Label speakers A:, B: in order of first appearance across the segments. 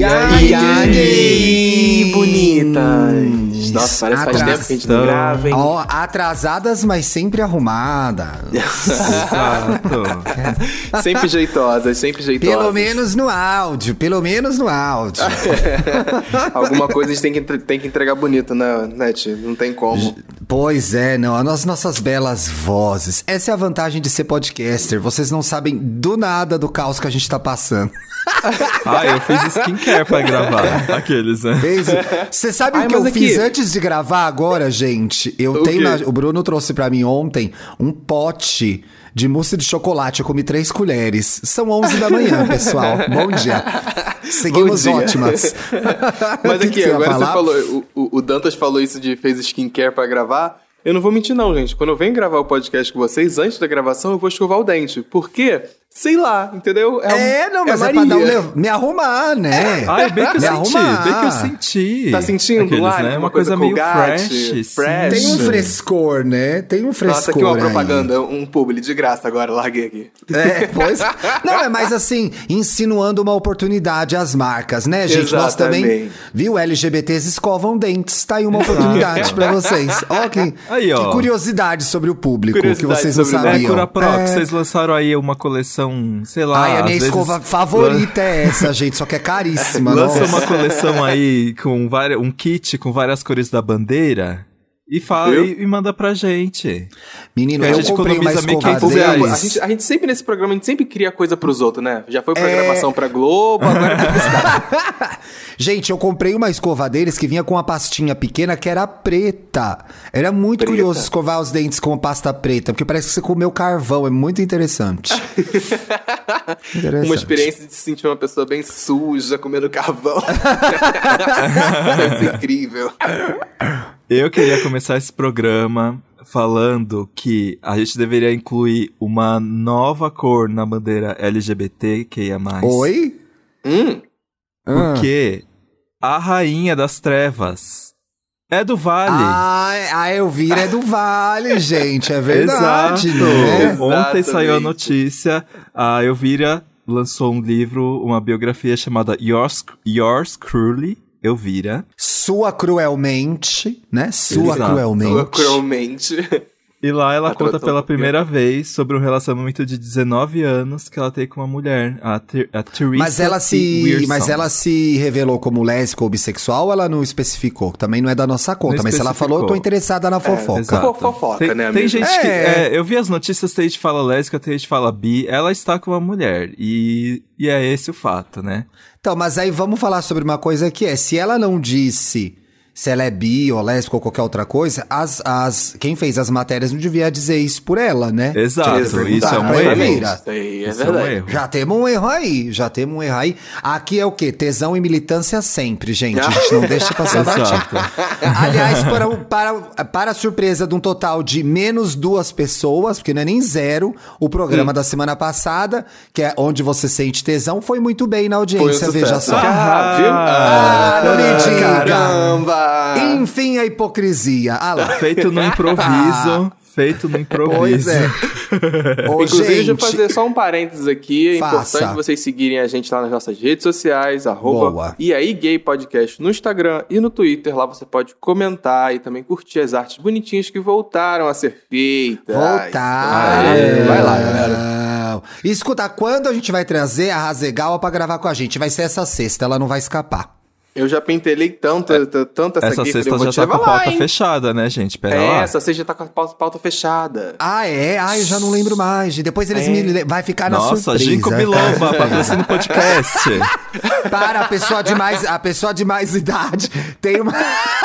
A: E aí,
B: bonitas? Nossa, parece que faz tempo que a gente não grava, hein?
A: Ó, atrasadas, mas sempre arrumadas.
C: Exato.
B: Sempre jeitosas, sempre jeitosas.
A: Pelo menos no áudio.
B: Alguma coisa a gente tem que entregar bonito, né, Net? Não tem como.
A: Pois é, não. As nossas belas vozes. Essa é a vantagem de ser podcaster. Vocês não sabem do nada do caos que a gente tá passando.
C: Eu fiz skincare pra gravar. Aqueles, né?
A: Você sabe o que eu fiz antes de gravar agora, gente? O Bruno trouxe pra mim ontem um pote de mousse de chocolate. Eu comi 3 colheres. São 11 da manhã, pessoal. Bom dia. Seguimos ótimas.
B: Mas aqui, agora você falou... O Dantas falou isso de fez skincare pra gravar. Eu não vou mentir não, gente. Quando eu venho gravar o podcast com vocês, antes da gravação, eu vou escovar o dente. Por quê? Sei lá, entendeu?
A: Mas é pra me arrumar, né?
C: Bem que eu senti.
B: Tá sentindo?
C: Aqueles,
B: lá,
C: né? Uma coisa meio fresh.
A: Tem um frescor, né?
B: Nossa, aqui uma propaganda, um publi de graça agora, larguei aqui.
A: Pois. Não, é mais assim, insinuando uma oportunidade às marcas, né, gente?
B: Exatamente.
A: Nós também, viu? LGBTs escovam dentes. Tá aí uma oportunidade pra vocês. Ó, que curiosidade sobre o público, que vocês não sabiam.
C: Curaprox, vocês lançaram aí uma coleção, sei lá.
A: A minha escova favorita é essa, gente, só que é caríssima.
C: Lança uma coleção aí com um kit com várias cores da bandeira e fala e manda pra gente.
A: Menino, eu comprei uma escova deles.
B: A gente sempre nesse programa, a gente sempre cria coisa pros outros, né? Já foi programação pra Globo, agora é
A: Gente, eu comprei uma escova deles que vinha com uma pastinha pequena que era preta. Era muito curioso escovar os dentes com pasta preta, porque parece que você comeu carvão, é muito interessante.
B: Uma experiência de se sentir uma pessoa bem suja comendo carvão. Deve ser incrível.
C: Eu queria começar esse programa falando que a gente deveria incluir uma nova cor na bandeira LGBTQIA+.
A: Oi?
C: Porque a rainha das trevas é do Vale.
A: A Elvira é do Vale, gente. É verdade,
C: Exato.
A: né?
C: Ontem saiu a notícia. A Elvira lançou um livro, uma biografia chamada Yours Cruelly, Elvira.
A: Sua cruelmente, né?
B: Sua cruelmente.
C: E lá ela conta pela primeira vez sobre um relacionamento de 19 anos que ela tem com uma mulher, a Teresa
A: Mas ela se revelou como lésbica ou bissexual ou ela não especificou? Também não é da nossa conta, mas se ela falou, eu tô interessada na fofoca.
B: Fofoca, né, amigo?
C: Tem gente que... eu vi as notícias, tem gente que fala lésbica, tem gente que fala bi. Ela está com uma mulher e é esse o fato, né?
A: Então, mas aí vamos falar sobre uma coisa que se ela não disse... Se ela é bi ou lésbica ou qualquer outra coisa, quem fez as matérias não devia dizer isso por ela, né?
C: Exato, isso é um erro.
B: Isso aí é verdade.
A: Já temos um erro aí. Aqui é o quê? Tesão e militância sempre, gente. A gente não deixa passar batido. Aliás, para a surpresa de um total de menos 2 pessoas, porque não é nem 0, o programa da semana passada, que é Onde Você Sente Tesão, foi muito bem na audiência, veja só.
B: Viu?
A: Não me diga.
B: Caramba!
A: Enfim, a hipocrisia. Lá.
C: Feito no improviso.
A: Pois é.
B: Inclusive, deixa eu fazer só um parênteses aqui. É importante vocês seguirem a gente lá nas nossas redes sociais, @IAIGayPodcast no Instagram e no Twitter. Lá você pode comentar e também curtir as artes bonitinhas que voltaram a ser feitas. Vai lá, galera.
A: E escuta, quando a gente vai trazer a Razegawa pra gravar com a gente? Vai ser essa sexta, ela não vai escapar.
B: Eu já pentelei tanto essa
C: sexta já tá com a pauta fechada, né, gente? Pera lá.
B: Essa sexta já tá com a pauta fechada.
A: Eu já não lembro mais. Depois eles vai ficar na surpresa.
C: Nossa, Ginkgo biloba, patrocina o podcast.
A: Para a pessoa de mais idade tem uma...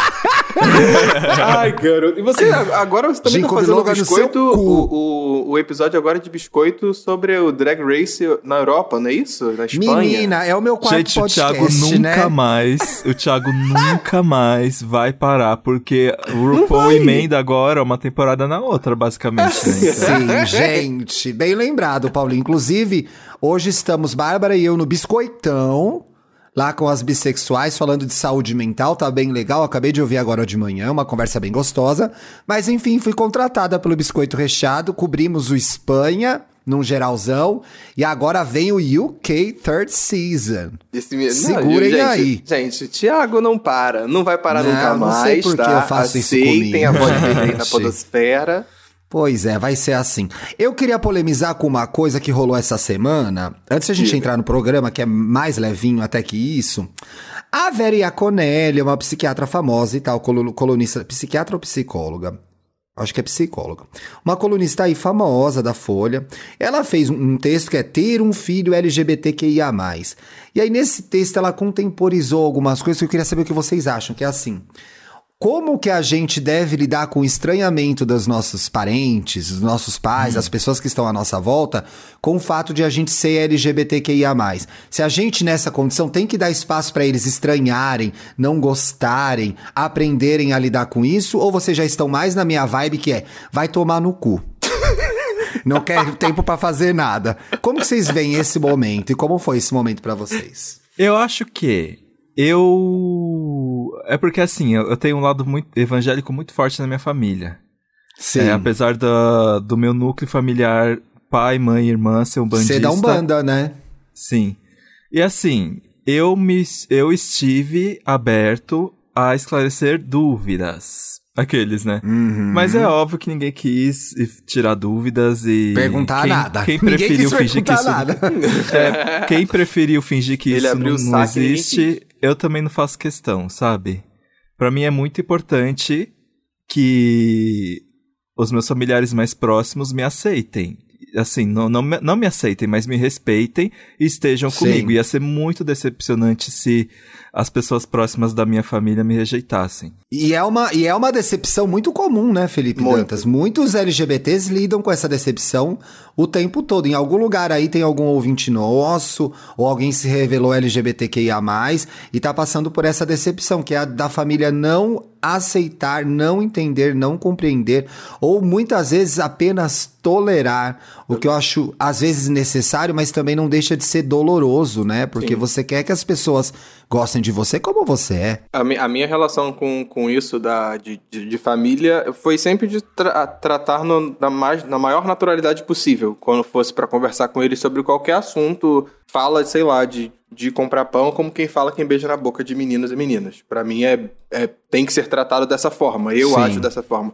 B: Ai, garoto. E você, agora você também tá fazendo biscoito, o episódio agora de biscoito sobre o Drag Race na Europa, não é isso? Na Espanha.
A: Menina, é o meu quarto podcast,
C: o Thiago nunca mais vai parar, porque o RuPaul emenda agora uma temporada na outra, basicamente. Né?
A: Sim, gente, bem lembrado, Paulinho. Inclusive, hoje estamos, Bárbara e eu, no Biscoitão, lá com as bissexuais, falando de saúde mental, tá bem legal, acabei de ouvir agora de manhã, uma conversa bem gostosa, mas enfim, fui contratada pelo Biscoito Recheado, cobrimos o Espanha, num geralzão. E agora vem o UK Third Season. Segurem aí.
B: Gente, o Thiago não para. Não vai parar nunca mais,
A: não sei porque eu faço isso comigo.
B: Tem a voz dele aí na podosfera.
A: Pois é, vai ser assim. Eu queria polemizar com uma coisa que rolou essa semana. Antes de a gente entrar no programa, que é mais levinho até que isso. A Vera Iaconelli é uma psiquiatra famosa e tal, colunista, psiquiatra ou psicóloga? Acho que é psicóloga. Uma colunista aí famosa da Folha. Ela fez um texto que é Ter um filho LGBTQIA+. E aí nesse texto ela contemporizou algumas coisas que eu queria saber o que vocês acham, que é assim... Como que a gente deve lidar com o estranhamento dos nossos parentes, dos nossos pais, das pessoas que estão à nossa volta, com o fato de a gente ser LGBTQIA+. Se a gente, nessa condição, tem que dar espaço para eles estranharem, não gostarem, aprenderem a lidar com isso, ou vocês já estão mais na minha vibe que é, vai tomar no cu. Não quero tempo para fazer nada. Como que vocês veem esse momento e como foi esse momento para vocês?
C: Eu acho que... É porque, assim, eu tenho um lado muito evangélico muito forte na minha família.
A: Sim.
C: Apesar do meu núcleo familiar, pai, mãe, irmã, ser um bandista.
A: Você dá Umbanda, né?
C: Sim. E, assim, eu estive aberto a esclarecer dúvidas. Aqueles, né?
A: Uhum.
C: Mas é óbvio que ninguém quis tirar dúvidas e...
A: Perguntar nada.
C: Quem preferiu fingir que isso...
A: nada.
C: Quem preferiu fingir que isso não existe, eu também não faço questão, sabe? Pra mim é muito importante que os meus familiares mais próximos me aceitem. Assim, não me aceitem, mas me respeitem e estejam comigo. Ia ser muito decepcionante se as pessoas próximas da minha família me rejeitassem.
A: E é uma decepção muito comum, né, Felipe Dantas? Muitos LGBTs lidam com essa decepção o tempo todo. Em algum lugar aí tem algum ouvinte nosso, ou alguém se revelou LGBTQIA+, e tá passando por essa decepção, que é a da família não aceitar, não entender, não compreender, ou muitas vezes apenas tolerar, o que eu acho às vezes necessário, mas também não deixa de ser doloroso, né? Porque você quer que as pessoas gostem de você como você é.
B: A minha relação com isso de família foi sempre de tratar na maior naturalidade possível, quando fosse para conversar com eles sobre qualquer assunto, fala, sei lá, de comprar pão, como quem fala quem beija na boca de meninos e meninas. Pra mim tem que ser tratado dessa forma, eu acho dessa forma.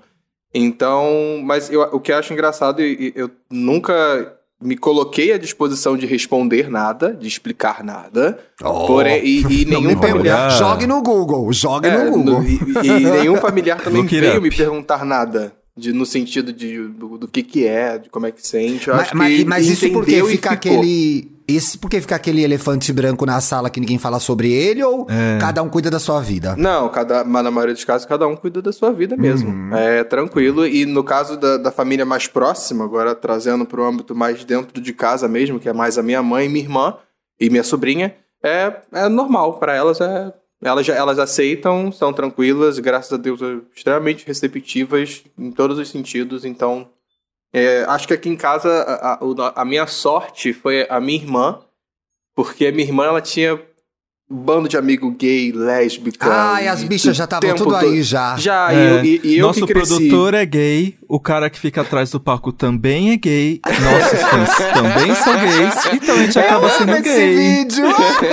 B: Então, mas o que eu acho engraçado, eu nunca me coloquei à disposição de responder nada, de explicar nada. Porém, e nenhum familiar...
A: Jogue no Google, no Google.
B: E nenhum familiar também veio me perguntar nada. No sentido do que é, de como é que sente. Eu acho
A: mas isso porque fica aquele... Isso porque fica aquele elefante branco na sala que ninguém fala sobre ele, ou cada um cuida da sua vida?
B: Não, mas na maioria dos casos, cada um cuida da sua vida mesmo. É tranquilo. E no caso da família mais próxima, agora trazendo para o âmbito mais dentro de casa mesmo, que é mais a minha mãe, minha irmã e minha sobrinha, é normal para elas. Elas aceitam, são tranquilas, graças a Deus, extremamente receptivas em todos os sentidos. Então, acho que aqui em casa a minha sorte foi a minha irmã, porque a minha irmã ela tinha um bando de amigo gay, lésbica.
A: E as bichas já estavam tudo aí já.
B: E eu
C: Nosso
B: que cresci.
C: produtor é gay, o cara que fica atrás do palco também é gay, nossos fãs também são gays, então a gente acaba sendo gay.
A: Vídeo.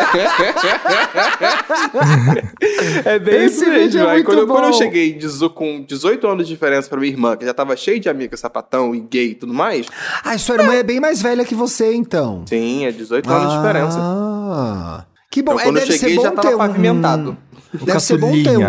B: É bem
A: esse
B: isso mesmo.
A: Vídeo é
B: Aí,
A: muito
B: quando eu
A: bom.
B: cheguei com 18 anos de diferença pra minha irmã, que já tava cheia de amiga, sapatão e gay e tudo mais.
A: Sua irmã é bem mais velha que você, então.
B: Sim, é 18 anos de diferença.
A: Que bom.
B: Então, quando eu cheguei, já tava pavimentado.
A: Deve ser bom ter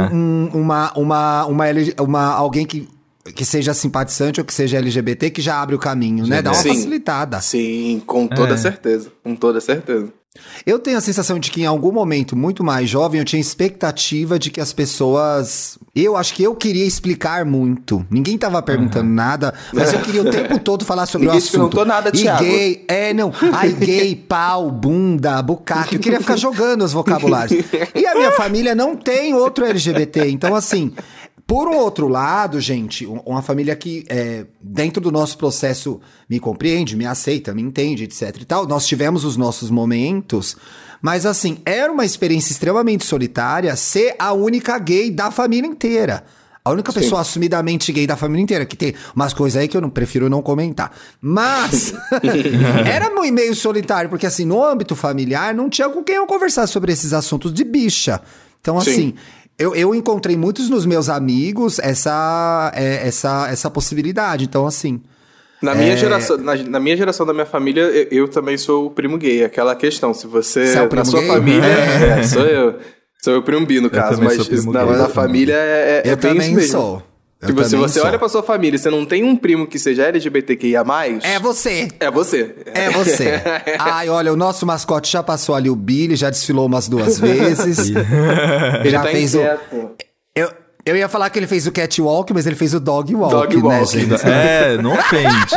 A: alguém que seja simpatizante ou que seja LGBT que já abre o caminho, né? Dá uma facilitada.
B: Sim, com toda certeza. Com toda certeza.
A: Eu tenho a sensação de que em algum momento, muito mais jovem, eu tinha expectativa de que as pessoas... Eu acho que eu queria explicar muito. Ninguém tava perguntando nada, mas eu queria o tempo todo falar sobre o assunto.
B: Ninguém perguntou nada, Thiago.
A: Gay, gay, pau, bunda, bucaque. Eu queria ficar jogando os vocabulários. E a minha família não tem outro LGBT, então assim... Por um outro lado, gente, uma família que dentro do nosso processo me compreende, me aceita, me entende, etc e tal. Nós tivemos os nossos momentos, mas assim, era uma experiência extremamente solitária ser a única gay da família inteira. A única pessoa assumidamente gay da família inteira, que tem umas coisas aí que eu prefiro não comentar. Mas era meio solitário, porque assim, no âmbito familiar, não tinha com quem eu conversar sobre esses assuntos de bicha. Então, assim, eu encontrei muitos nos meus amigos essa possibilidade. Então, assim...
B: Na minha geração da minha família, eu também sou o primo gay. Aquela questão, se você
A: é o primo
B: na sua
A: gay?
B: família... sou eu. Sou o primo bi, no caso. Mas na família é bem isso mesmo.
A: Sou.
B: Tipo, se você olha pra sua família e você não tem um primo que seja LGBTQIA+...
A: É você.
B: É você.
A: É você. Ai, olha, o nosso mascote já passou ali, o Billy, já desfilou umas 2 vezes.
B: Ele já fez
A: Eu ia falar que ele fez o catwalk, mas ele fez o dog walk, né, gente?
C: Não ofende.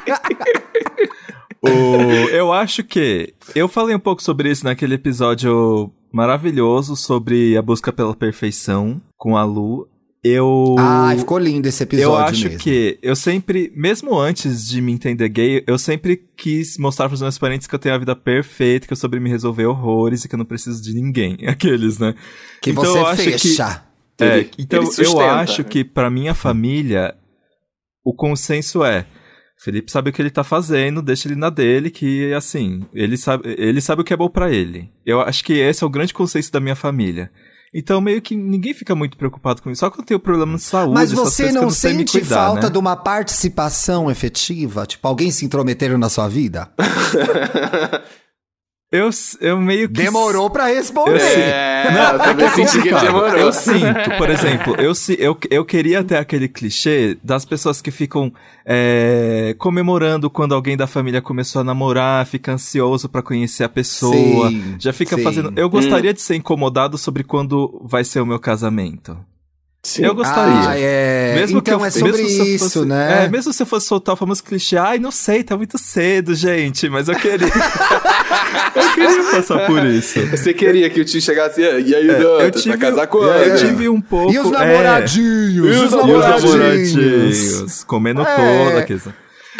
C: Eu acho que... Eu falei um pouco sobre isso naquele episódio maravilhoso sobre a busca pela perfeição com a Lu.
A: Ficou lindo esse episódio
C: mesmo. Eu acho
A: mesmo.
C: que eu sempre, mesmo antes de me entender gay, eu sempre quis mostrar pros meus parentes que eu tenho a vida perfeita, que eu soube me resolver horrores e que eu não preciso de ninguém. Aqueles, né?
A: Que então, você fecha.
C: Então eu acho que pra minha família, o consenso é... Felipe sabe o que ele tá fazendo, deixa ele na dele, que assim, ele sabe o que é bom pra ele. Eu acho que esse é o grande conceito da minha família. Então meio que ninguém fica muito preocupado com isso, só que eu tenho problema de saúde.
A: Mas você não sente falta,
C: né?
A: de uma participação efetiva? Tipo, alguém se intrometeram na sua vida?
C: Eu meio que...
A: Demorou pra responder.
B: Eu também senti que demorou.
C: Eu sinto, por exemplo, eu queria ter aquele clichê das pessoas que ficam comemorando quando alguém da família começou a namorar, fica ansioso pra conhecer a pessoa, já fica fazendo... Eu gostaria de ser incomodado sobre quando vai ser o meu casamento. Sim. Eu gostaria.
A: Mesmo então é sobre isso, né?
C: Mesmo se eu fosse soltar o famoso clichê, não sei, tá muito cedo, gente, mas eu queria... eu queria passar por isso.
B: Você queria que o tio chegasse, e aí, vai casar com ela?
C: Eu tive um pouco...
A: E os namoradinhos?
C: E os namoradinhos? Comendo toda, questão.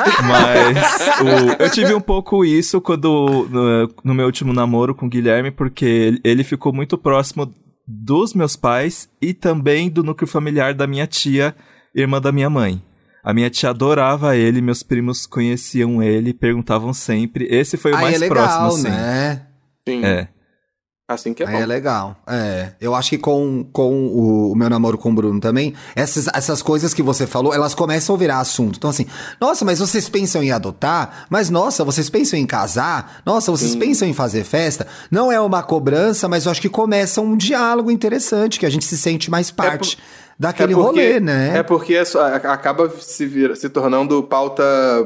C: Mas eu tive um pouco isso quando no meu último namoro com o Guilherme, porque ele ficou muito próximo dos meus pais e também do núcleo familiar da minha tia, irmã da minha mãe. A minha tia adorava ele, meus primos conheciam ele, perguntavam sempre. Esse foi o mais
A: legal,
C: próximo, assim.
A: Né?
B: Sim. Assim que é bom.
A: É legal. Eu acho que com o meu namoro com o Bruno também, essas coisas que você falou, elas começam a virar assunto. Então assim, nossa, mas vocês pensam em adotar? Mas nossa, vocês pensam em casar? Nossa, vocês pensam em fazer festa? Não é uma cobrança, mas eu acho que começa um diálogo interessante, que a gente se sente mais parte daquele rolê, né?
B: É porque acaba se tornando pauta...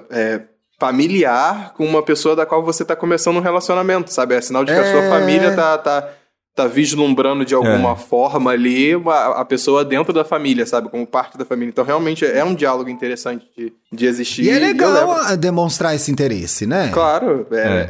B: familiar com uma pessoa da qual você tá começando um relacionamento, sabe? É sinal de que a sua família tá vislumbrando de alguma forma ali a pessoa dentro da família, sabe? Como parte da família. Então, realmente, é um diálogo interessante de existir.
A: E é legal demonstrar esse interesse, né?
B: Claro.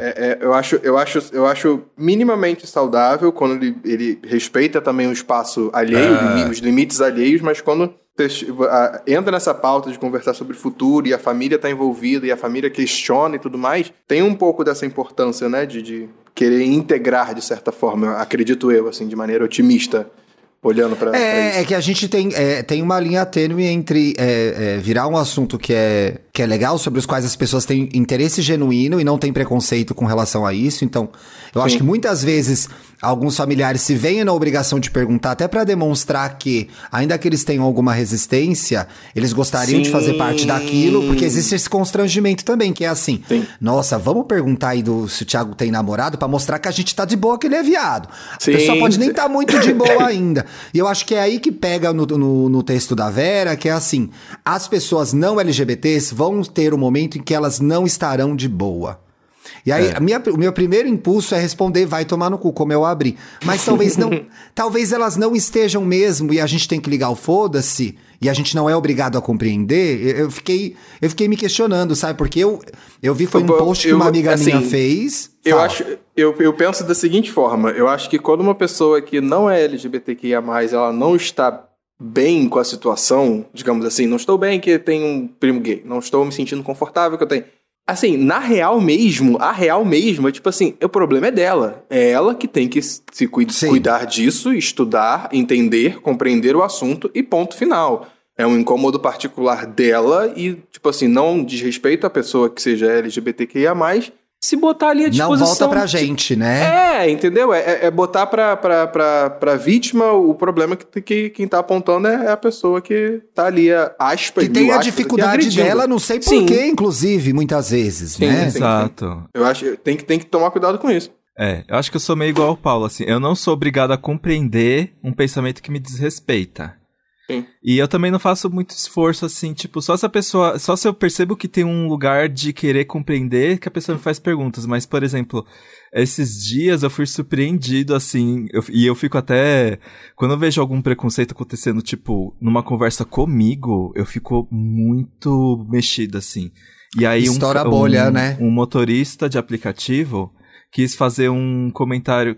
B: Eu acho minimamente saudável quando ele respeita também o espaço alheio, os limites alheios, mas quando... entra nessa pauta de conversar sobre o futuro e a família tá envolvida e a família questiona e tudo mais, tem um pouco dessa importância, né, de querer integrar de certa forma, acredito eu, assim, de maneira otimista, olhando pra isso.
A: É que a gente tem uma linha tênue entre virar um assunto que é legal, sobre os quais as pessoas têm interesse genuíno e não tem preconceito com relação a isso. Então, eu acho que muitas vezes alguns familiares se veem na obrigação de perguntar, até pra demonstrar que, ainda que eles tenham alguma resistência, eles gostariam de fazer parte daquilo, porque existe esse constrangimento também, que é assim, nossa, vamos perguntar aí se o Thiago tem namorado pra mostrar que a gente tá de boa, que ele é viado. A pessoa pode nem estar muito de boa ainda. E eu acho que é aí que pega no texto da Vera, que é assim, as pessoas não LGBTs vão ter um momento em que elas não estarão de boa. E aí, o meu primeiro impulso é responder, vai tomar no cu, como eu abri. Mas talvez elas não estejam mesmo, e a gente tem que ligar o foda-se, e a gente não é obrigado a compreender. Eu fiquei me questionando, sabe? Porque eu vi, foi um post que uma amiga minha fez.
B: Eu penso da seguinte forma, eu acho que quando uma pessoa que não é LGBTQIA+, ela não está bem com a situação, digamos assim, não estou bem que tem um primo gay, não estou me sentindo confortável que eu tenho... Assim, a real mesmo, é tipo assim, o problema é dela. É ela que tem que se cuidar disso, estudar, entender, compreender o assunto e ponto final. É um incômodo particular dela e, tipo assim, não diz respeito à pessoa que seja LGBTQIA+, se botar ali à disposição...
A: Não volta pra gente, né?
B: Entendeu? É botar pra vítima o problema que quem tá apontando é a pessoa que tá ali, aspas...
A: Que tem a dificuldade dela, não sei porquê, inclusive, muitas vezes, né?
C: Exato.
B: Eu acho que tem que tomar cuidado com isso.
C: Eu acho que eu sou meio igual ao Paulo, assim. Eu não sou obrigado a compreender um pensamento que me desrespeita.
B: Sim.
C: E eu também não faço muito esforço, assim, tipo, só se eu percebo que tem um lugar de querer compreender que a pessoa me faz perguntas, mas, por exemplo, esses dias eu fui surpreendido, assim, e eu fico até, quando eu vejo algum preconceito acontecendo, tipo, numa conversa comigo, eu fico muito mexido, assim. E aí
A: estoura a bolha, né?
C: Um motorista de aplicativo quis fazer um comentário...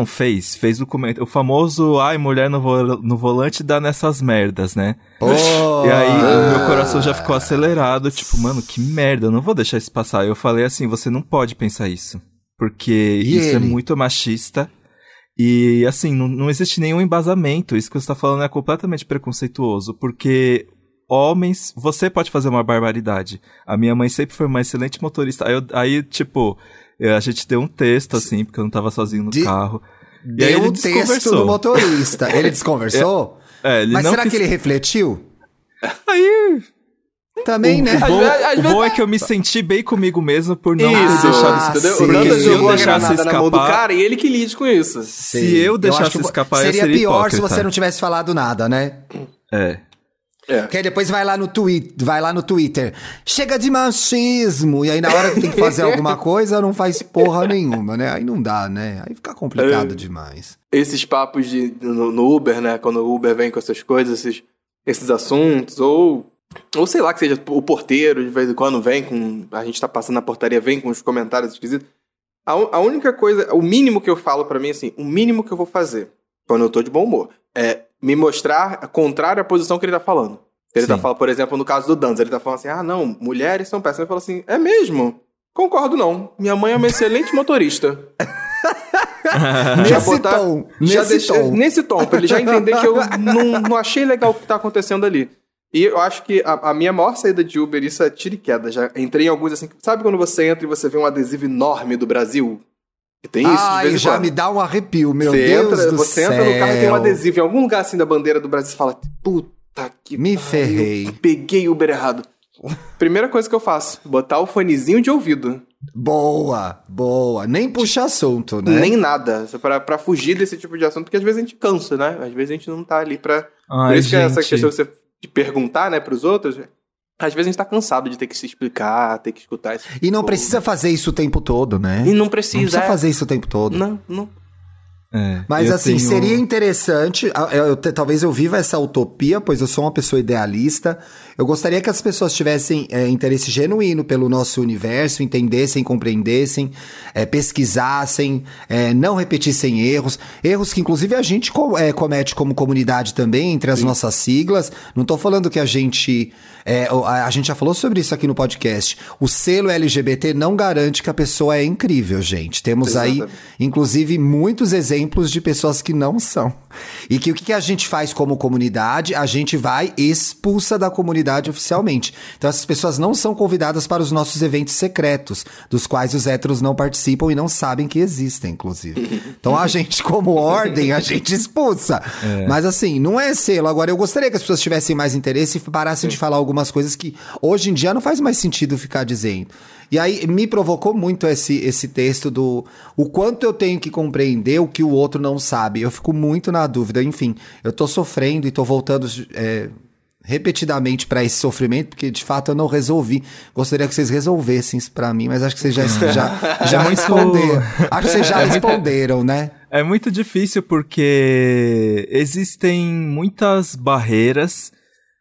C: Fez o famoso... mulher no volante dá nessas merdas, né? E aí, o meu coração já ficou acelerado. Tipo, mano, que merda, eu não vou deixar isso passar. Eu falei assim, você não pode pensar isso. Porque é muito machista. E, assim, não existe nenhum embasamento. Isso que você tá falando é completamente preconceituoso. Porque... homens, você pode fazer uma barbaridade. A minha mãe sempre foi uma excelente motorista. Aí tipo... a gente deu um texto, assim, porque eu não tava sozinho no carro.
A: Deu um texto do motorista. Ele desconversou? Mas será que ele refletiu?
C: Aí...
A: Também, né?
C: O bom é que eu me senti bem comigo mesmo por não ter deixado
B: isso. Porque se eu deixasse escapar... na mão do cara, e ele que lide com isso.
C: Se eu deixasse escapar, eu seria
A: pior
C: hipócrita.
A: Se você não tivesse falado nada, né? Porque aí depois vai lá no Twitter, chega de machismo, e aí na hora que tem que fazer alguma coisa, não faz porra nenhuma, né? Aí não dá, né? Aí fica complicado demais.
B: Esses papos no Uber, né? Quando o Uber vem com essas coisas, esses assuntos, ou sei lá, que seja o porteiro, de vez em quando vem com... A gente tá passando na portaria, vem com os comentários esquisitos. A única coisa, o mínimo que eu falo pra mim, assim, o mínimo que eu vou fazer, quando eu tô de bom humor, é me mostrar contrário à posição que ele tá falando. Ele tá falando, por exemplo, no caso do Dantas, ele tá falando assim, não, mulheres são péssimas. Ele fala assim, é mesmo? Concordo não. Minha mãe é uma excelente motorista. Nesse tom, pra ele já entender que eu não achei legal o que tá acontecendo ali. E eu acho que a minha maior saída de Uber, isso é tiro e queda. Já entrei em alguns assim, sabe quando você entra e você vê um adesivo enorme do Brasil? E tem isso de vez em
A: já
B: quando.
A: Me dá um arrepio, meu Deus do céu.
B: Você entra no carro e tem um adesivo em algum lugar assim da bandeira do Brasil e fala, puta que pariu,
A: ferrei.
B: Peguei o Uber errado. Primeira coisa que eu faço, botar o fonezinho de ouvido.
A: Boa. Nem puxa assunto, né?
B: Nem nada. Pra fugir desse tipo de assunto, porque às vezes a gente cansa, né? Às vezes a gente não tá ali pra... Por isso que essa questão de perguntar, né, pros outros... Às vezes a gente tá cansado de ter que se explicar, ter que escutar isso.
A: E não precisa fazer isso o tempo todo, né?
B: E não precisa.
A: Fazer isso o tempo todo.
B: Não.
A: Mas assim, seria interessante, talvez eu viva essa utopia, pois eu sou uma pessoa idealista. Eu gostaria que as pessoas tivessem interesse genuíno pelo nosso universo, entendessem, compreendessem, pesquisassem, não repetissem erros que inclusive a gente comete como comunidade também, entre as nossas siglas. Não tô falando que a gente já falou sobre isso aqui no podcast. O selo LGBT não garante que a pessoa é incrível, gente. Temos aí, inclusive, muitos exemplos de pessoas que não são. E que o que a gente faz como comunidade? A gente vai e expulsa da comunidade oficialmente. Então essas pessoas não são convidadas para os nossos eventos secretos, dos quais os héteros não participam e não sabem que existem, inclusive. Então a gente, como ordem, a gente expulsa. Mas assim, não é selo. Agora, eu gostaria que as pessoas tivessem mais interesse e parassem de falar algumas coisas que hoje em dia não faz mais sentido ficar dizendo. E aí me provocou muito esse texto do o quanto eu tenho que compreender o que o outro não sabe. Eu fico muito na dúvida. Enfim, eu tô sofrendo e tô voltando repetidamente para esse sofrimento, porque de fato eu não resolvi. Gostaria que vocês resolvessem isso para mim, mas acho que vocês já responderam. Acho que vocês já responderam, né?
C: É muito difícil porque existem muitas barreiras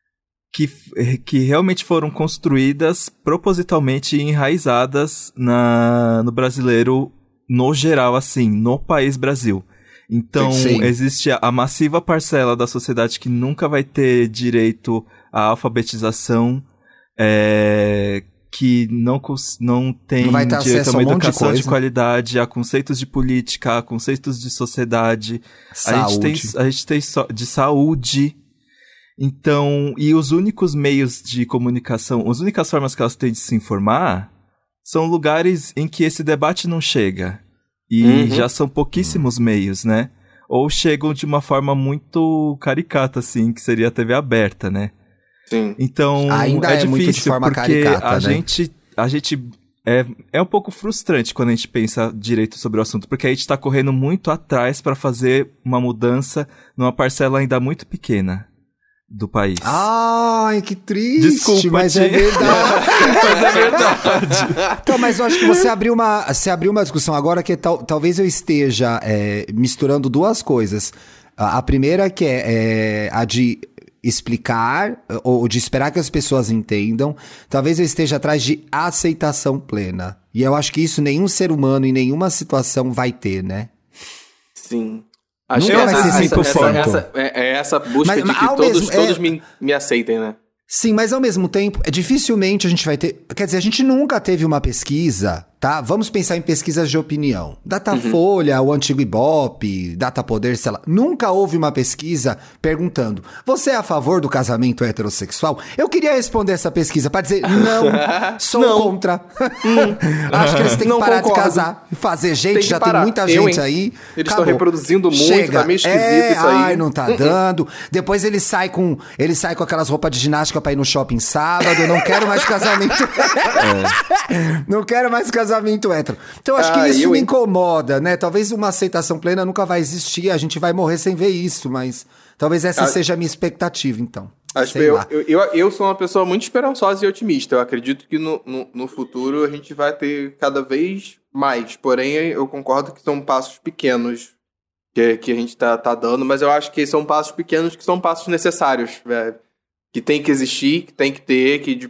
C: que realmente foram construídas propositalmente e enraizadas no brasileiro no geral, assim, no país Brasil. Então, existe a massiva parcela da sociedade que nunca vai ter direito à alfabetização, que não tem direito a uma educação de qualidade, a conceitos de política, a conceitos de sociedade. A gente tem de saúde. Então, e os únicos meios de comunicação, as únicas formas que elas têm de se informar são lugares em que esse debate não chega. E já são pouquíssimos meios, né? Ou chegam de uma forma muito caricata, assim, que seria a TV aberta, né?
B: Sim.
C: Então,
A: ainda é difícil, muito de forma
C: porque
A: caricata,
C: a gente é um pouco frustrante quando a gente pensa direito sobre o assunto, porque a gente tá correndo muito atrás para fazer uma mudança numa parcela ainda muito pequena do país.
A: Ai, que triste.
C: Desculpa,
A: mas é verdade. Mas é verdade. Então, mas eu acho que você abriu uma discussão agora que talvez eu esteja misturando duas coisas. A primeira que é a de explicar ou de esperar que as pessoas entendam. Talvez eu esteja atrás de aceitação plena. E eu acho que isso nenhum ser humano em nenhuma situação vai ter, né?
B: Sim. Acho que essa busca de que todos me aceitem, né?
A: Sim, mas ao mesmo tempo, dificilmente a gente vai ter... Quer dizer, a gente nunca teve uma pesquisa, tá? Vamos pensar em pesquisas de opinião. Datafolha, o antigo Ibope, Datapoder, sei lá. Nunca houve uma pesquisa perguntando: você é a favor do casamento heterossexual? Eu queria responder essa pesquisa pra dizer: não, sou contra. Acho que eles têm que parar de casar e fazer. Gente, já tem muita gente aí.
B: Eles estão reproduzindo muito, tá meio esquisito isso aí.
A: Ai, não tá dando. Depois ele sai com aquelas roupas de ginástica pra ir no shopping sábado. Eu não quero mais casamento. Não quero mais casamento hétero. Então eu acho que isso me incomoda, né? Talvez uma aceitação plena nunca vai existir, a gente vai morrer sem ver isso, mas talvez essa seja a minha expectativa, então.
B: Eu sou uma pessoa muito esperançosa e otimista. Eu acredito que no futuro a gente vai ter cada vez mais. Porém, eu concordo que são passos pequenos que a gente tá dando, mas eu acho que são passos pequenos que são passos necessários, que tem que existir, que tem que ter, que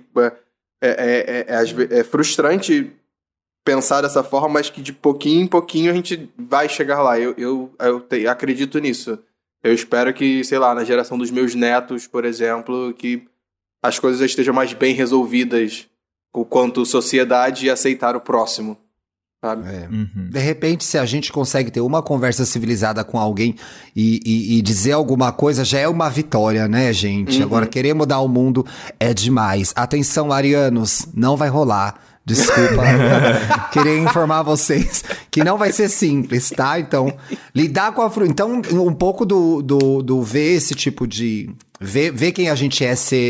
B: é frustrante pensar dessa forma, mas que de pouquinho em pouquinho a gente vai chegar lá. Eu acredito nisso. Eu espero que, sei lá, na geração dos meus netos, por exemplo, que as coisas estejam mais bem resolvidas quanto sociedade e aceitar o próximo, sabe?
A: De repente, se a gente consegue ter uma conversa civilizada com alguém e dizer alguma coisa, já é uma vitória, né, gente? Agora, querer mudar o mundo é demais. Atenção, arianos, não vai rolar. Desculpa, queria informar vocês que não vai ser simples, tá? Então, lidar com a Então, um pouco do ver esse tipo de... Ver quem a gente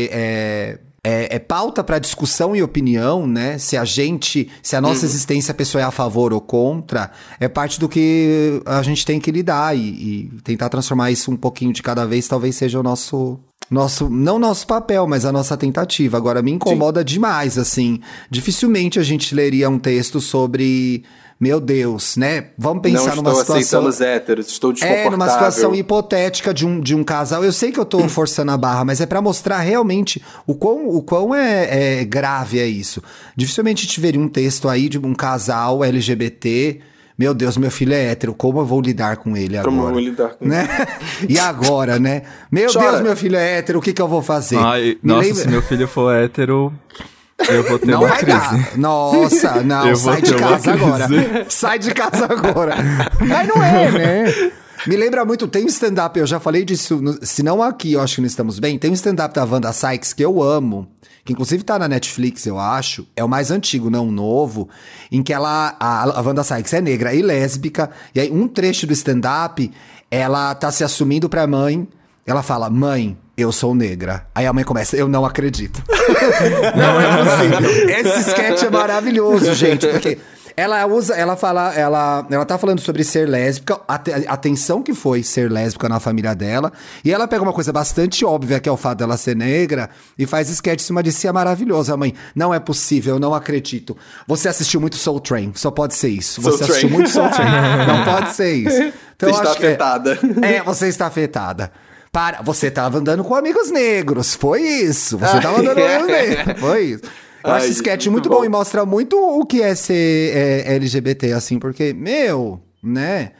A: é pauta para discussão e opinião, né? Se a nossa existência, a pessoa é a favor ou contra, é parte do que a gente tem que lidar e tentar transformar isso um pouquinho de cada vez, talvez seja o não nosso papel, mas a nossa tentativa. Agora, me incomoda demais, assim. Dificilmente a gente leria um texto sobre... Meu Deus, né? Vamos pensar numa situação...
B: Não estou aceitando os héteros, estou desconfortável.
A: Numa situação hipotética de um casal. Eu sei que eu tô forçando a barra, mas é pra mostrar realmente o quão grave é isso. Dificilmente a gente veria um texto aí de um casal LGBT... Meu Deus, meu filho é hétero, como eu vou lidar com ele agora?
B: Como eu vou lidar com ele?
A: E agora, né? Meu Deus, meu filho é hétero, o que eu vou fazer?
C: Se meu filho for hétero, eu vou ter uma crise.
A: Nossa, não, sai de casa agora. Sai de casa agora. Mas não é, né? Me lembra muito, tem um stand-up, eu já falei disso, se não aqui, eu acho que não estamos bem, tem um stand-up da Wanda Sykes que eu amo, que inclusive tá na Netflix, eu acho, é o mais antigo, não o novo, em que a Wanda Sykes é negra e lésbica, e aí um trecho do stand-up, ela tá se assumindo pra mãe, ela fala: mãe, eu sou negra. Aí a mãe começa: eu não acredito. Não é possível. Esse sketch é maravilhoso, gente, porque... Ela tá falando sobre ser lésbica, a tensão que foi ser lésbica na família dela, e ela pega uma coisa bastante óbvia, que é o fato dela ser negra, e faz sketch em cima de si, é maravilhoso. A mãe: não é possível, eu não acredito. Você assistiu muito Soul Train, só pode ser isso. Você assistiu muito Soul Train, não pode ser isso. Então,
B: você está afetada.
A: Você está afetada. Você estava andando com amigos negros, foi isso. Você estava andando com amigos negros, foi isso. Eu acho esse sketch muito bom e mostra muito o que é ser LGBT, assim, porque, né?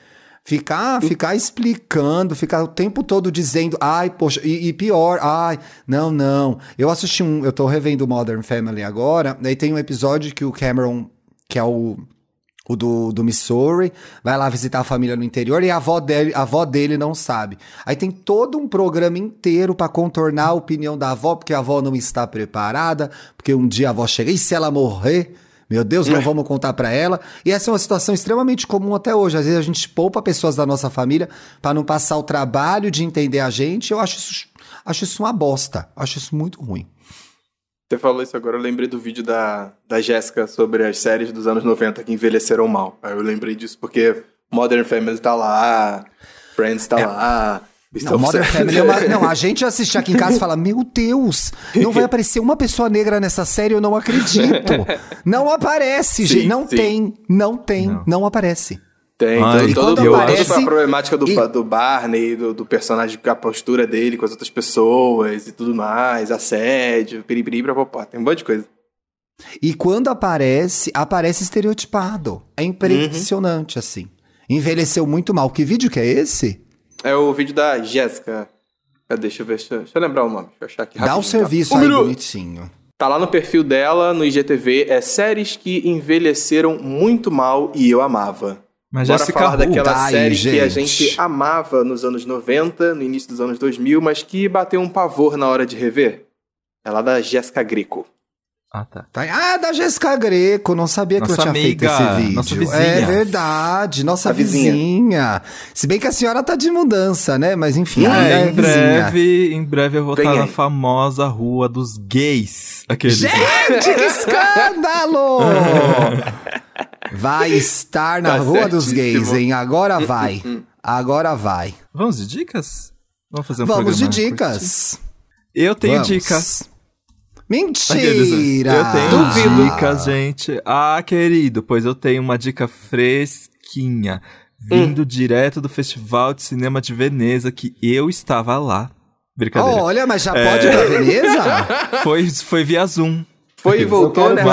A: Ficar explicando, ficar o tempo todo dizendo, ai, poxa, e pior, ai, não. Eu tô revendo Modern Family agora, daí tem um episódio que o Cameron, que é o do Missouri, vai lá visitar a família no interior e a avó dele não sabe. Aí tem todo um programa inteiro pra contornar a opinião da avó, porque a avó não está preparada, porque um dia a avó chega, e se ela morrer? Meu Deus, não vamos contar pra ela. E essa é uma situação extremamente comum até hoje. Às vezes a gente poupa pessoas da nossa família pra não passar o trabalho de entender a gente. Eu acho isso uma bosta. Acho isso muito ruim.
B: Você falou isso agora, eu lembrei do vídeo da Jéssica sobre as séries dos anos 90 que envelheceram mal. Aí eu lembrei disso porque Modern Family tá lá, Friends tá lá...
A: Não, Modern Family Não, a gente assiste aqui em casa e fala, meu Deus, não vai aparecer uma pessoa negra nessa série, eu não acredito. Não aparece, gente. Não aparece.
B: Tem, toda a problemática do Barney, do personagem, a postura dele com as outras pessoas e tudo mais, assédio, piripiri, papapá, tem um monte de coisa.
A: E quando aparece estereotipado. É impressionante, assim. Envelheceu muito mal. Que vídeo que é esse?
B: É o vídeo da Jéssica. Deixa eu lembrar o nome. Deixa eu achar aqui rapidinho.
A: Dá o serviço aí, bonitinho.
B: Tá lá no perfil dela, no IGTV. É séries que envelheceram muito mal e eu amava.
C: Mas
B: bora
C: Jéssica
B: falar daquela série
A: gente.
B: Que a gente amava nos anos 90, no início dos anos 2000, mas que bateu um pavor na hora de rever. É lá da Jéssica Greco.
C: Ah, tá.
A: Da Jéssica Greco, não sabia que eu tinha feito esse vídeo.
C: Nossa vizinha.
A: É verdade, nossa vizinha. Se bem que a senhora tá de mudança, né? Mas enfim,
C: em breve eu vou estar na famosa Rua dos Gays.
A: Gente, que escândalo! Vai estar na Rua dos Gays, hein? Agora vai.
C: Vamos de dicas? Vamos fazer um
A: Vamos
C: programa
A: de dicas.
C: Eu tenho dicas.
A: Mentira!
C: Eu tenho dicas, gente. Ah, querido, pois eu tenho uma dica fresquinha, vindo direto do Festival de Cinema de Veneza, que eu estava lá. Brincadeira.
A: Olha, mas já pode ir pra Veneza?
C: Foi via Zoom.
B: Foi e voltou, né?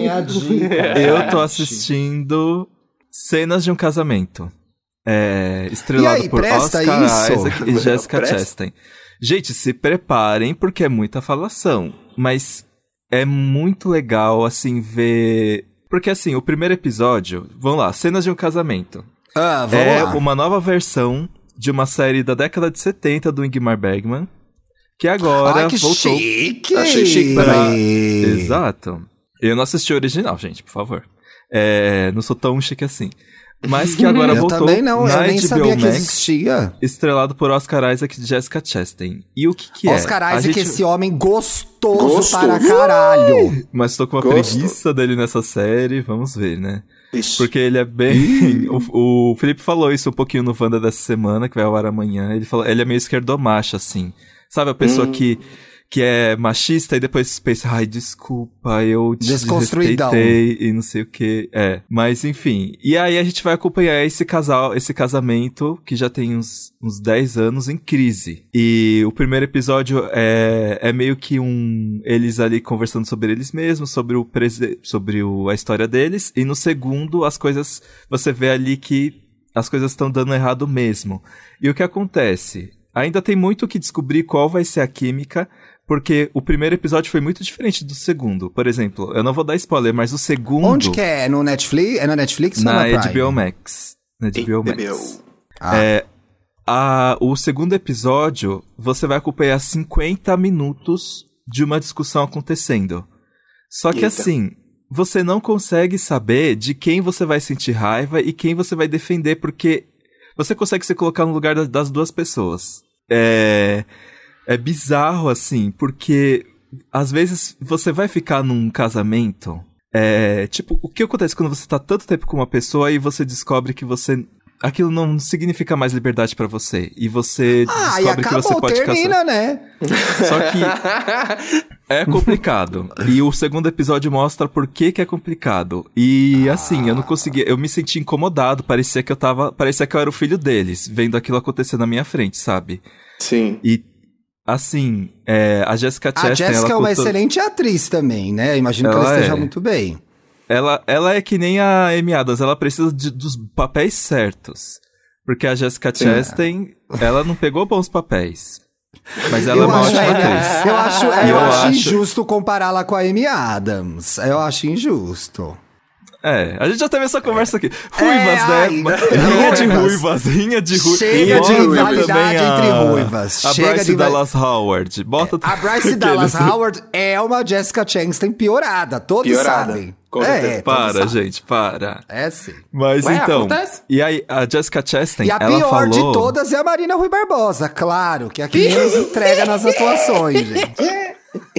C: Eu tô assistindo Cenas de um Casamento. Estrelado por Oscar Isaac e Jessica Chastain. Gente, se preparem, porque é muita falação. Mas é muito legal, assim, ver... Porque, assim, o primeiro episódio... Vamos lá, Cenas de um Casamento.
A: Vamos lá.
C: Uma nova versão de uma série da década de 70 do Ingmar Bergman. Que agora
A: que
C: voltou...
A: chique!
B: Achei chique também.
C: Exato. Eu não assisti o original, gente, por favor. Não sou tão chique assim. Mas que agora voltou
A: também não,
C: na
A: eu nem
C: HBO
A: sabia
C: Max,
A: que existia.
C: Estrelado por Oscar Isaac e Jessica Chastain. E o que
A: Oscar Isaac, esse homem gostoso para caralho.
C: Mas tô com uma preguiça dele nessa série, vamos ver, né? Ixi. Porque ele é bem... o Felipe falou isso um pouquinho no Wanda dessa semana, que vai ao ar amanhã. Ele falou, ele é meio esquerdomacho, assim. Sabe a pessoa que é machista e depois pensa, ai, desculpa, eu desrespeitei e não sei o que. Mas enfim. E aí a gente vai acompanhar esse casamento que já tem uns 10 anos em crise. E o primeiro episódio é meio que eles ali conversando sobre eles mesmos, sobre a história deles. E no segundo, você vê ali que as coisas estão dando errado mesmo. E o que acontece? Ainda tem muito o que descobrir qual vai ser a química, porque o primeiro episódio foi muito diferente do segundo. Por exemplo, eu não vou dar spoiler, mas o segundo...
A: Onde que é? No Netflix? É na Netflix ou na Prime?
C: HBO Max. Na HBO Max. O segundo episódio, você vai acompanhar 50 minutos de uma discussão acontecendo. Só que assim, você não consegue saber de quem você vai sentir raiva e quem você vai defender, porque você consegue se colocar no lugar das duas pessoas. É bizarro, assim, porque às vezes você vai ficar num casamento... tipo, o que acontece quando você tá tanto tempo com uma pessoa e você descobre que aquilo não significa mais liberdade pra você. E você descobre que você pode
A: termina, né?
C: Só que é complicado. E o segundo episódio mostra por que é complicado. E assim, eu não conseguia... Eu me senti incomodado. Parecia que eu era o filho deles, vendo aquilo acontecer na minha frente, sabe?
B: Sim.
C: E assim, a Jessica Chastain...
A: A Jessica é uma excelente atriz também, né? Imagino que ela esteja muito bem.
C: Ela é que nem a Amy Adams, ela precisa dos papéis certos. Porque a Jessica Chastain, ela não pegou bons papéis. Mas ela é uma ótima atriz.
A: Eu acho injusto compará-la com a Amy Adams. Eu acho injusto.
C: A gente já teve essa conversa aqui. Ruivas, né? Rinha de ruivas.
A: Chega de rivalidade entre ruivas.
C: A Bryce Dallas Howard. Bota
A: a Bryce Dallas Howard é uma Jessica Chastain piorada. Todos sabem.
C: Para, gente, para.
A: Sim.
C: Mas então, acontece. E aí a Jessica Chastain, ela falou...
A: E a pior de todas é a Marina Rui Barbosa, claro, que é a que menos entrega nas atuações, gente.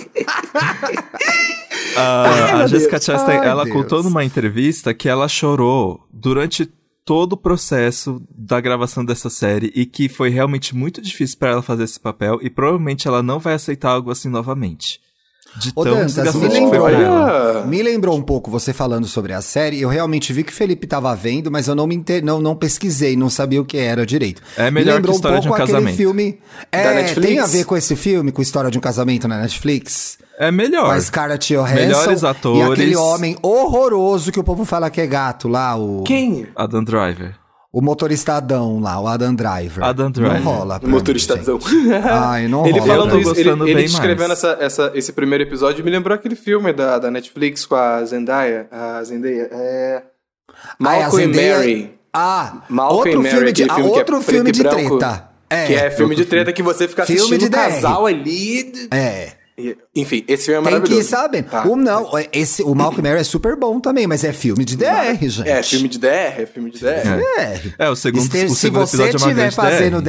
C: A Jessica Chastain, ela contou numa entrevista que ela chorou durante todo o processo da gravação dessa série e que foi realmente muito difícil pra ela fazer esse papel e provavelmente ela não vai aceitar algo assim novamente. De tão desgastante que foi pra ela.
A: Me lembrou um pouco você falando sobre a série. Eu realmente vi que o Felipe tava vendo, mas eu não pesquisei, não sabia o que era direito.
C: É melhor que História de um Casamento.
A: Filme, da Netflix. Tem a ver com esse filme, com História de um Casamento na Netflix?
C: É melhor.
A: Com a Scarlett Johansson.
C: Melhores atores.
A: E aquele homem horroroso que o povo fala que é gato lá.
B: Quem?
C: Adam Driver.
A: O motoristadão lá, o Adam Driver.
C: Não
A: rola.
B: O motoristadão.
A: Ai, não
B: ele
A: rola.
B: Falando isso, ele descrevendo esse primeiro episódio me lembrou aquele filme da Netflix com a Zendaya. Malcolm e Mary. Malcolm e Mary.
A: Outro filme de treta.
B: Que é filme de treta que você fica assistindo o casal ali. Enfim, esse filme é maravilhoso.
A: Tem que ir sabendo.
B: Tá.
A: O Malcolm Mary é super bom também, mas é filme de DR, gente.
B: É filme de DR.
C: O segundo episódio é uma grande DR.
A: Se você estiver fazendo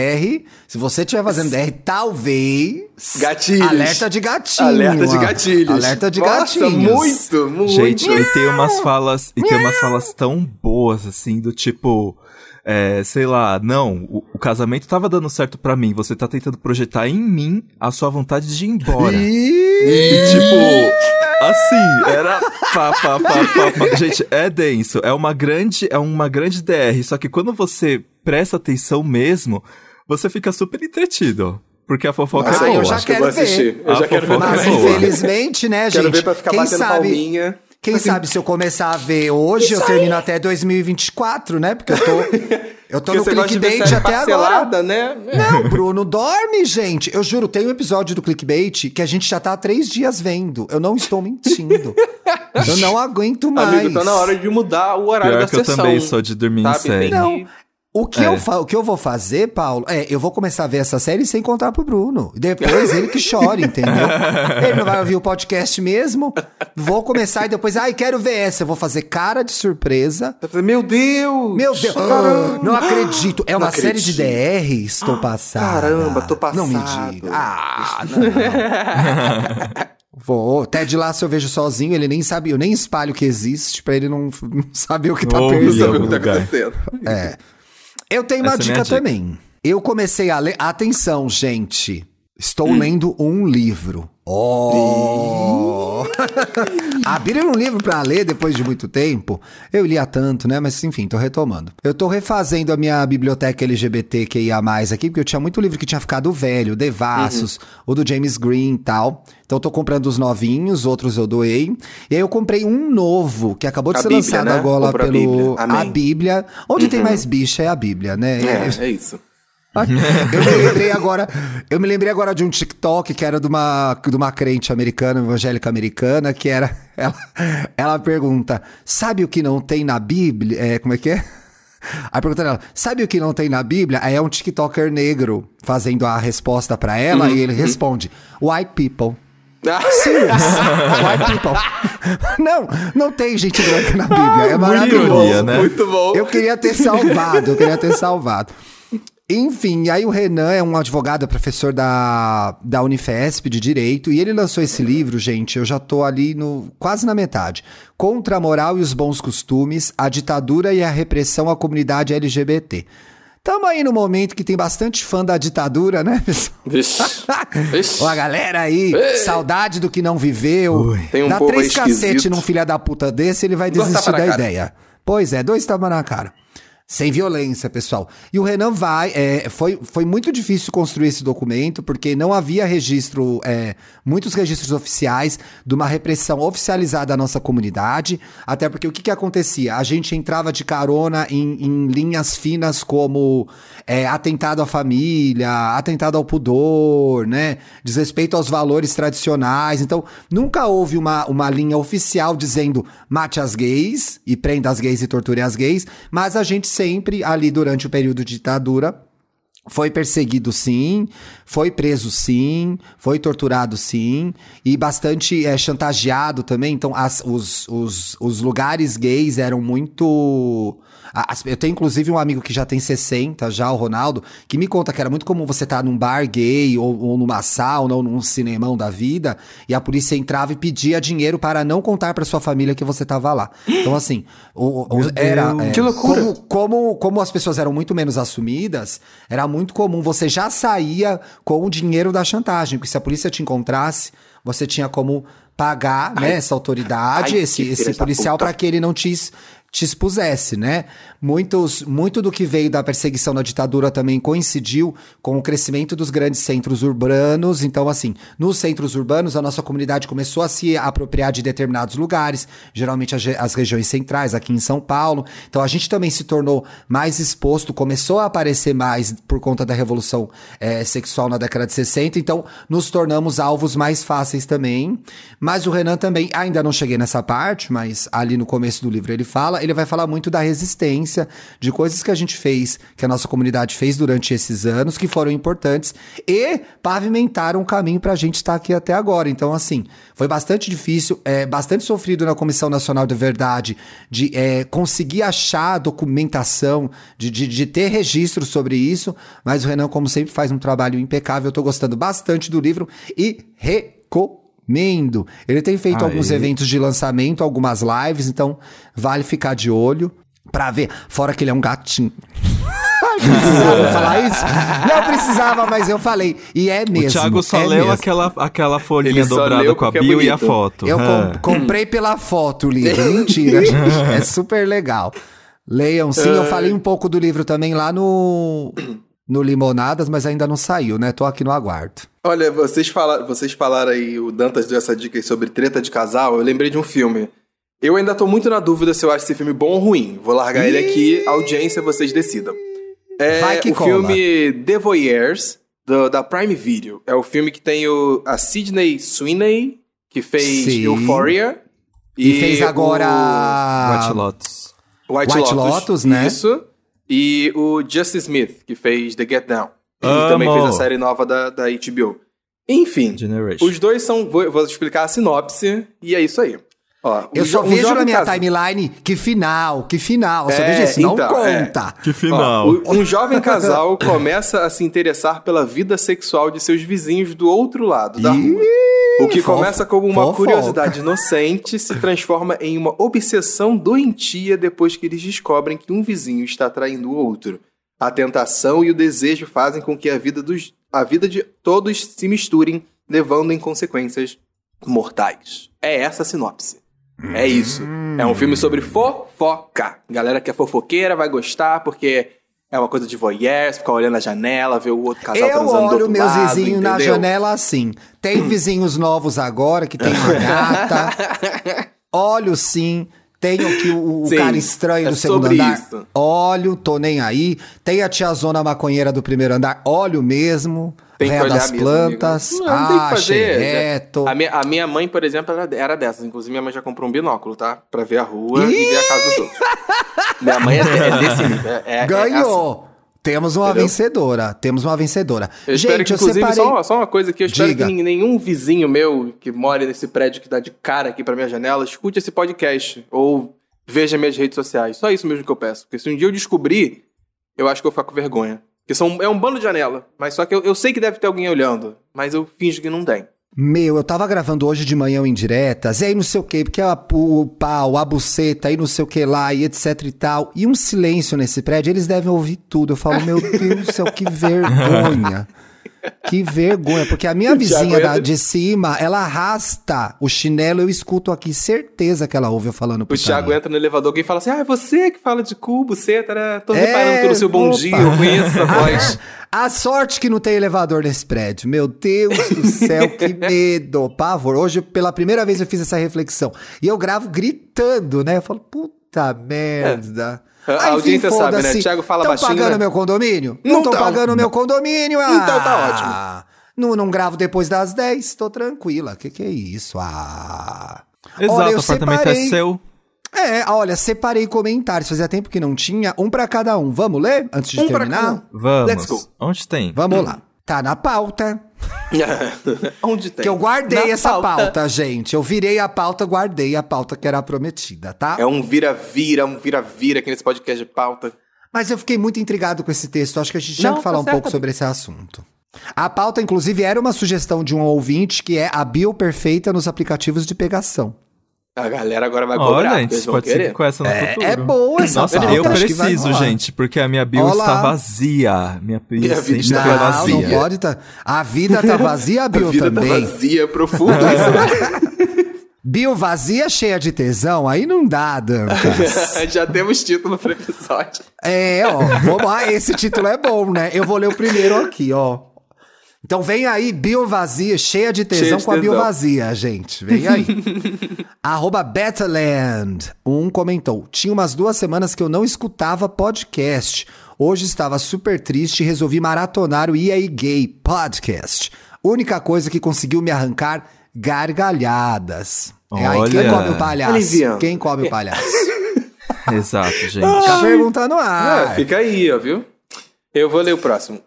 A: DR, talvez...
B: Gatilhos.
A: Alerta de gatilho.
B: Alerta de gatilhos. Muito.
C: Gente, e tem umas falas tão boas, assim, do tipo... sei lá, não, o casamento tava dando certo pra mim, você tá tentando projetar em mim a sua vontade de ir embora. E tipo, assim, era pá. Gente, é denso, é uma grande DR, só que quando você presta atenção mesmo, você fica super entretido. Porque a fofoca é boa.
A: Eu já quero ver. Mas infelizmente, né, gente?
B: Quero ver pra ficar batendo palminha.
A: Quem sabe se eu começar a ver hoje, eu termino até 2024, né? Porque eu tô no clickbait até agora.
B: Né?
A: Não, Bruno, dorme, gente. Eu juro, tem um episódio do clickbait que a gente já tá há 3 dias vendo. Eu não estou mentindo. Eu não aguento mais.
B: Amigo, tá na hora de mudar o horário da sessão.
C: Eu também sou de dormir em série.
A: Não. O que eu vou fazer, Paulo, eu vou começar a ver essa série sem contar pro Bruno. Depois ele que chora, entendeu? Ele não vai ouvir o podcast mesmo. Vou começar e depois, quero ver essa. Eu vou fazer cara de surpresa.
B: Meu Deus!
A: Não acredito. É uma série de DR? Estou passada.
B: Caramba, tô passado.
A: Não me diga. Não. Vou. Ted Lasso eu vejo sozinho, ele nem sabe, eu nem espalho que existe pra ele não saber o que tá perdendo.
B: O que tá acontecendo.
A: Eu tenho uma dica também. Eu comecei a ler... Atenção, gente. Estou lendo um livro. Abrir um livro pra ler depois de muito tempo. Eu lia tanto, né? Mas enfim, tô retomando. Eu tô refazendo a minha biblioteca LGBTQIA+, aqui, porque eu tinha muito livro que tinha ficado velho. Devassos, o do James Green e tal. Então eu tô comprando os novinhos, outros eu doei. E aí eu comprei um novo, que acabou de ser lançado agora pelo... A Bíblia. Onde tem mais bicha é a Bíblia, né?
B: É isso.
A: Eu me lembrei agora de um TikTok que era de uma crente americana, evangélica americana, que era... Ela pergunta, sabe o que não tem na Bíblia? Como é que é? Aí pergunta dela, sabe o que não tem na Bíblia? Aí é um TikToker negro fazendo a resposta pra ela e ele responde, white people. Serious. White people. Não tem gente branca na Bíblia. É maravilhoso.
C: Né?
B: Muito bom.
A: Eu queria ter salvado. Enfim, aí o Renan é um advogado, professor da Unifesp de Direito, e ele lançou esse livro, gente, eu já tô ali quase na metade. Contra a moral e os bons costumes, a ditadura e a repressão à comunidade LGBT. Tamo aí no momento que tem bastante fã da ditadura, né, pessoal?
B: Vixe.
A: Ó, a galera aí, saudade do que não viveu.
B: Tem um
A: dá
B: povo
A: 3 cacete num filho da puta desse, ele vai desistir da ideia. Pois é, 2 tapas na cara. Sem violência, pessoal. E o Renan foi muito difícil construir esse documento, porque não havia muitos registros oficiais de uma repressão oficializada da nossa comunidade, até porque o que acontecia? A gente entrava de carona em linhas finas como atentado à família, atentado ao pudor, né? Desrespeito aos valores tradicionais. Então, nunca houve uma linha oficial dizendo mate as gays e prenda as gays e torture as gays, mas a gente sempre ali durante o período de ditadura foi perseguido sim, foi preso sim, foi torturado sim, e bastante chantageado também. Então os lugares gays eram muito... Eu tenho inclusive um amigo que já tem 60, já o Ronaldo, que me conta que era muito comum você estar num bar gay ou numa sauna ou num cinemão da vida, e a polícia entrava e pedia dinheiro para não contar para sua família que você estava lá. Então assim,
B: que loucura!
A: Como as pessoas eram muito menos assumidas, era muito comum, você já saía com o dinheiro da chantagem, porque se a polícia te encontrasse, você tinha como pagar, né, essa autoridade, esse policial, para que ele não te expusesse, né? Muito do que veio da perseguição da ditadura também coincidiu com o crescimento dos grandes centros urbanos. Então, assim, nos centros urbanos, a nossa comunidade começou a se apropriar de determinados lugares, geralmente as regiões centrais, aqui em São Paulo. Então, a gente também se tornou mais exposto, começou a aparecer mais por conta da revolução sexual na década de 60. Então, nos tornamos alvos mais fáceis também. Mas o Renan também, ainda não cheguei nessa parte, mas ali no começo do livro ele vai falar muito da resistência, de coisas que a gente fez, que a nossa comunidade fez durante esses anos, que foram importantes e pavimentaram o caminho pra gente estar aqui até agora. Então, assim, foi bastante difícil, bastante sofrido na Comissão Nacional de Verdade de conseguir achar documentação, de ter registro sobre isso, mas o Renan, como sempre, faz um trabalho impecável. Eu tô gostando bastante do livro e recomendo. Ele tem feito alguns eventos de lançamento, algumas lives, então vale ficar de olho pra ver. Fora que ele é um gatinho. Precisava falar isso? Não precisava, mas eu falei. E é mesmo.
C: O Thiago só leu aquela folhinha dobrada com a bio e a foto.
A: Eu comprei pela foto o livro. Mentira, gente. É super legal. Leiam sim. Eu falei um pouco do livro também lá no Limonadas, mas ainda não saiu, né? Tô aqui no aguardo.
B: Olha, vocês falaram aí, o Dantas deu essa dica aí sobre treta de casal, eu lembrei de um filme. Eu ainda tô muito na dúvida se eu acho esse filme bom ou ruim. Vou largar ele aqui, audiência, vocês decidam.
A: Vai que cola.
B: Filme The Voyeurs, da Prime Video. É o filme que tem a Sydney Sweeney, que fez Euphoria.
A: E fez agora...
C: White Lotus.
A: White Lotus, né?
B: Isso. E o Justin Smith, que fez The Get Down. Ele também fez a série nova da HBO. Enfim, os dois são... Vou explicar a sinopse, e é isso aí. Ó,
A: eu só vejo na minha timeline que final. Eu só vejo isso, não conta.
C: Que final.
B: Ó, um jovem casal começa a se interessar pela vida sexual de seus vizinhos do outro lado da rua. O que começa como uma curiosidade inocente se transforma em uma obsessão doentia depois que eles descobrem que um vizinho está traindo o outro. A tentação e o desejo fazem com que a vida de todos se misturem, levando em consequências mortais. É essa a sinopse. É isso. É um filme sobre fofoca. Galera que é fofoqueira vai gostar, porque é uma coisa de voyeur, ficar olhando a janela, ver o outro casal transando do outro lado. Eu olho meus
A: vizinhos na janela assim. Tem vizinhos novos agora, que tem uma gata. Olho sim. Tenho aqui o cara estranho do segundo andar. Isso. Olho, tô nem aí. Tem a tiazona maconheira do primeiro andar. Olho mesmo.
B: Tem que olhar
A: das
B: mesmo,
A: plantas.
B: Não tem que fazer. A minha mãe, por exemplo, era dessas. Inclusive, minha mãe já comprou um binóculo, tá? Pra ver a rua e ver a casa dos outros. Minha mãe é desse nível.
A: Ganhou! Assim. Temos uma vencedora.
B: Eu espero que, inclusive, só uma coisa aqui. Eu espero que nenhum vizinho meu que mora nesse prédio que dá de cara aqui pra minha janela escute esse podcast ou veja minhas redes sociais. Só isso mesmo que eu peço. Porque se um dia eu descobrir, eu acho que eu vou ficar com vergonha. Porque é um bando de janela. Mas só que eu sei que deve ter alguém olhando. Mas eu finjo que não tem.
A: Eu tava gravando hoje de manhã o Indiretas, e aí não sei o que, porque o pau, a buceta, e não sei o que lá, e etc e tal. E um silêncio nesse prédio, eles devem ouvir tudo. Eu falo, meu Deus do céu, que vergonha. Que vergonha, porque a minha vizinha de cima, ela arrasta o chinelo, eu escuto aqui, certeza que ela ouve eu falando
B: pro Thiago entra no elevador, alguém fala assim, é você que fala de cu, buceta, tô reparando pelo seu bom dia, eu conheço essa voz.
A: A sorte que não tem elevador nesse prédio, meu Deus do céu, que medo, pavor. Hoje, pela primeira vez eu fiz essa reflexão, e eu gravo gritando, né, eu falo, puta merda.
B: A audiência sabe, né? Thiago fala baixinho.
A: Estão pagando
B: né?
A: meu condomínio? Não estão pagando meu condomínio?
B: Então tá
A: ótimo. Não gravo depois das 10, tô tranquila. Que é isso?
C: Exato, olha, o apartamento é seu.
A: Olha, separei comentários. Fazia tempo que não tinha. Um pra cada um. Vamos ler antes de terminar?
C: Vamos. Let's go. Onde tem?
A: Vamos lá. Tá na pauta.
B: Onde tem?
A: Que eu guardei essa pauta, gente. Eu virei a pauta, guardei a pauta que era prometida, tá?
B: É um vira-vira aqui nesse podcast de pauta.
A: Mas eu fiquei muito intrigado com esse texto. Acho que a gente tinha que falar um pouco sobre esse assunto. A pauta, inclusive, era uma sugestão de um ouvinte, que é a bio perfeita nos aplicativos de pegação.
B: A galera agora vai cobrar.
C: Olha, gente, pode ser com essa no futuro.
A: É boa essa
C: Nossa,
A: pauta.
C: eu preciso, gente, porque a minha bio está vazia. Minha bio está vazia.
A: Não pode tá. A vida tá vazia, a bio
B: vida
A: também.
B: A vida tá vazia, profunda.
A: Bio vazia, cheia de tesão, aí não dá, Dantas.
B: Já temos título para episódio.
A: Vamos lá, esse título é bom, né? Eu vou ler o primeiro aqui, ó. Então vem aí, bio vazia, cheia de tesão com a bio vazia, gente. Vem aí. @Betterland comentou. Tinha umas 2 semanas que eu não escutava podcast. Hoje estava super triste e resolvi maratonar o E aí Gay podcast. Única coisa que conseguiu me arrancar gargalhadas.
C: Olha.
A: Quem come o palhaço? Quem come o palhaço?
C: Exato, gente.
A: Fica a pergunta no ar.
B: Fica aí, ó, viu? Eu vou ler o próximo.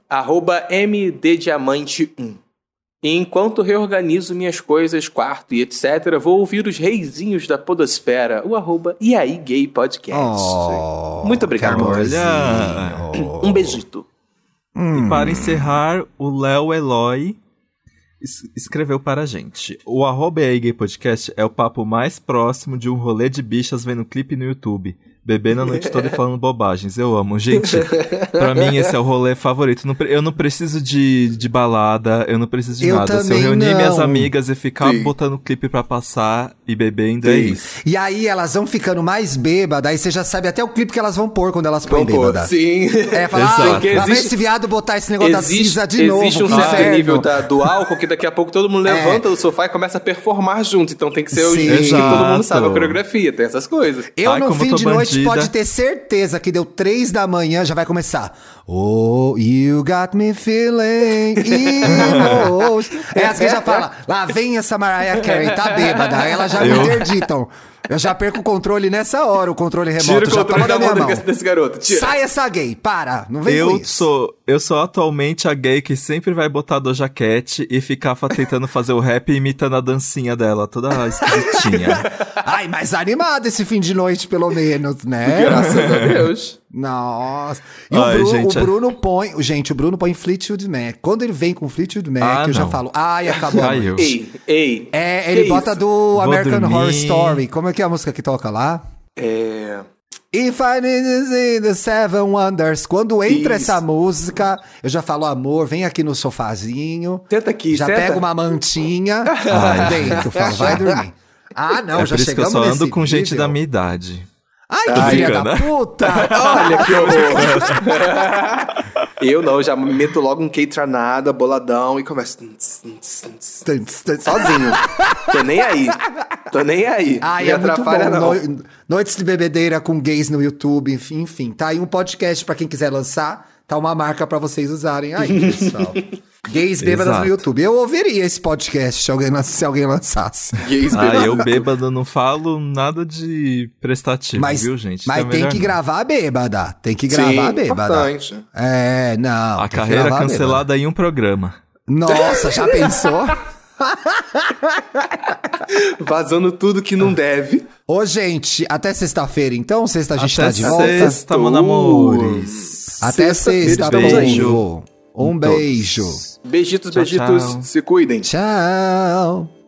B: @MDDiamante1. Enquanto reorganizo minhas coisas, quarto e etc., vou ouvir os reizinhos da podosfera, o @E aí Gay Podcast. Muito obrigado. Um beijito.
C: E para encerrar, o Léo Eloy escreveu para a gente. O @E aí Gay Podcast é o papo mais próximo de um rolê de bichas vendo clipe no YouTube. Bebendo a noite toda e falando bobagens. Eu amo. Gente, pra mim esse é o rolê favorito. Eu não preciso de balada, eu não preciso de nada. Se eu reunir minhas amigas e ficar botando clipe pra passar e bebendo, é isso.
A: E aí elas vão ficando mais bêbadas, aí você já sabe até o clipe que elas vão pôr quando elas põem bêbada.
B: Sim.
A: Falar, lá vem esse viado botar esse negócio da cinza de novo.
B: Existe um certo nível do álcool que daqui a pouco todo mundo levanta do sofá e começa a performar junto. Então tem que ser o jeito que todo mundo sabe a coreografia, tem essas coisas.
A: Eu no fim de noite pode ter certeza que deu 3 da manhã, já vai começar. Oh, you got me feeling emotion. Essa que já fala, lá vem essa Mariah Carey, tá bêbada. Aí elas já me interditam. Eu já perco o controle nessa hora, o controle remoto.
B: Tira o controle da mão desse garoto. Tira.
A: Sai essa gay, para, não vem com isso.
C: Eu sou atualmente a gay que sempre vai botar a Doja Cat e ficar tentando fazer o rap imitando a dancinha dela, toda esquisitinha.
A: Ai, mais animado esse fim de noite, pelo menos, né?
B: Graças a Deus.
A: Nossa. E o Bruno põe... Gente, o Bruno põe Fleetwood Mac. Quando ele vem com Fleetwood Mac, eu já falo, acabou a noite.
B: Ei.
A: Ele bota do American Horror Story. Como é que é a música que toca lá? If I need the Seven Wonders. Quando entra essa música, eu já falo, amor, vem aqui no sofazinho.
B: Senta aqui,
A: já pega uma mantinha. Dentro, falo, vai dormir. Não, já chegamos nesse
C: por isso que eu só ando com gente da minha idade.
A: Ai, que filha da puta!
B: Olha que horror! Eu não, já meto logo um K-tranada, boladão e começo... Sozinho. Tô nem aí.
A: Ai, é muito bom. Não. Noites de bebedeira com gays no YouTube, enfim. Tá aí um podcast pra quem quiser lançar. Tá uma marca pra vocês usarem aí, pessoal. Gays bêbadas no YouTube. Eu ouviria esse podcast se alguém lançasse.
B: Gays bêbadas.
C: Eu bêbado não falo nada de prestativo, viu, gente?
A: Mas tem que gravar bêbada. Tem que gravar bêbada.
B: Importante.
A: Não.
C: A carreira cancelada em um programa.
A: Nossa, já pensou?
B: Vazando tudo que não deve.
A: Ô, gente, até sexta-feira, então? Sexta a gente tá de volta?
C: Sexta, amores.
A: Até sexta,
C: beijo.
A: Um beijo.
B: Beijitos,
C: tchau.
B: Se cuidem.
A: Tchau.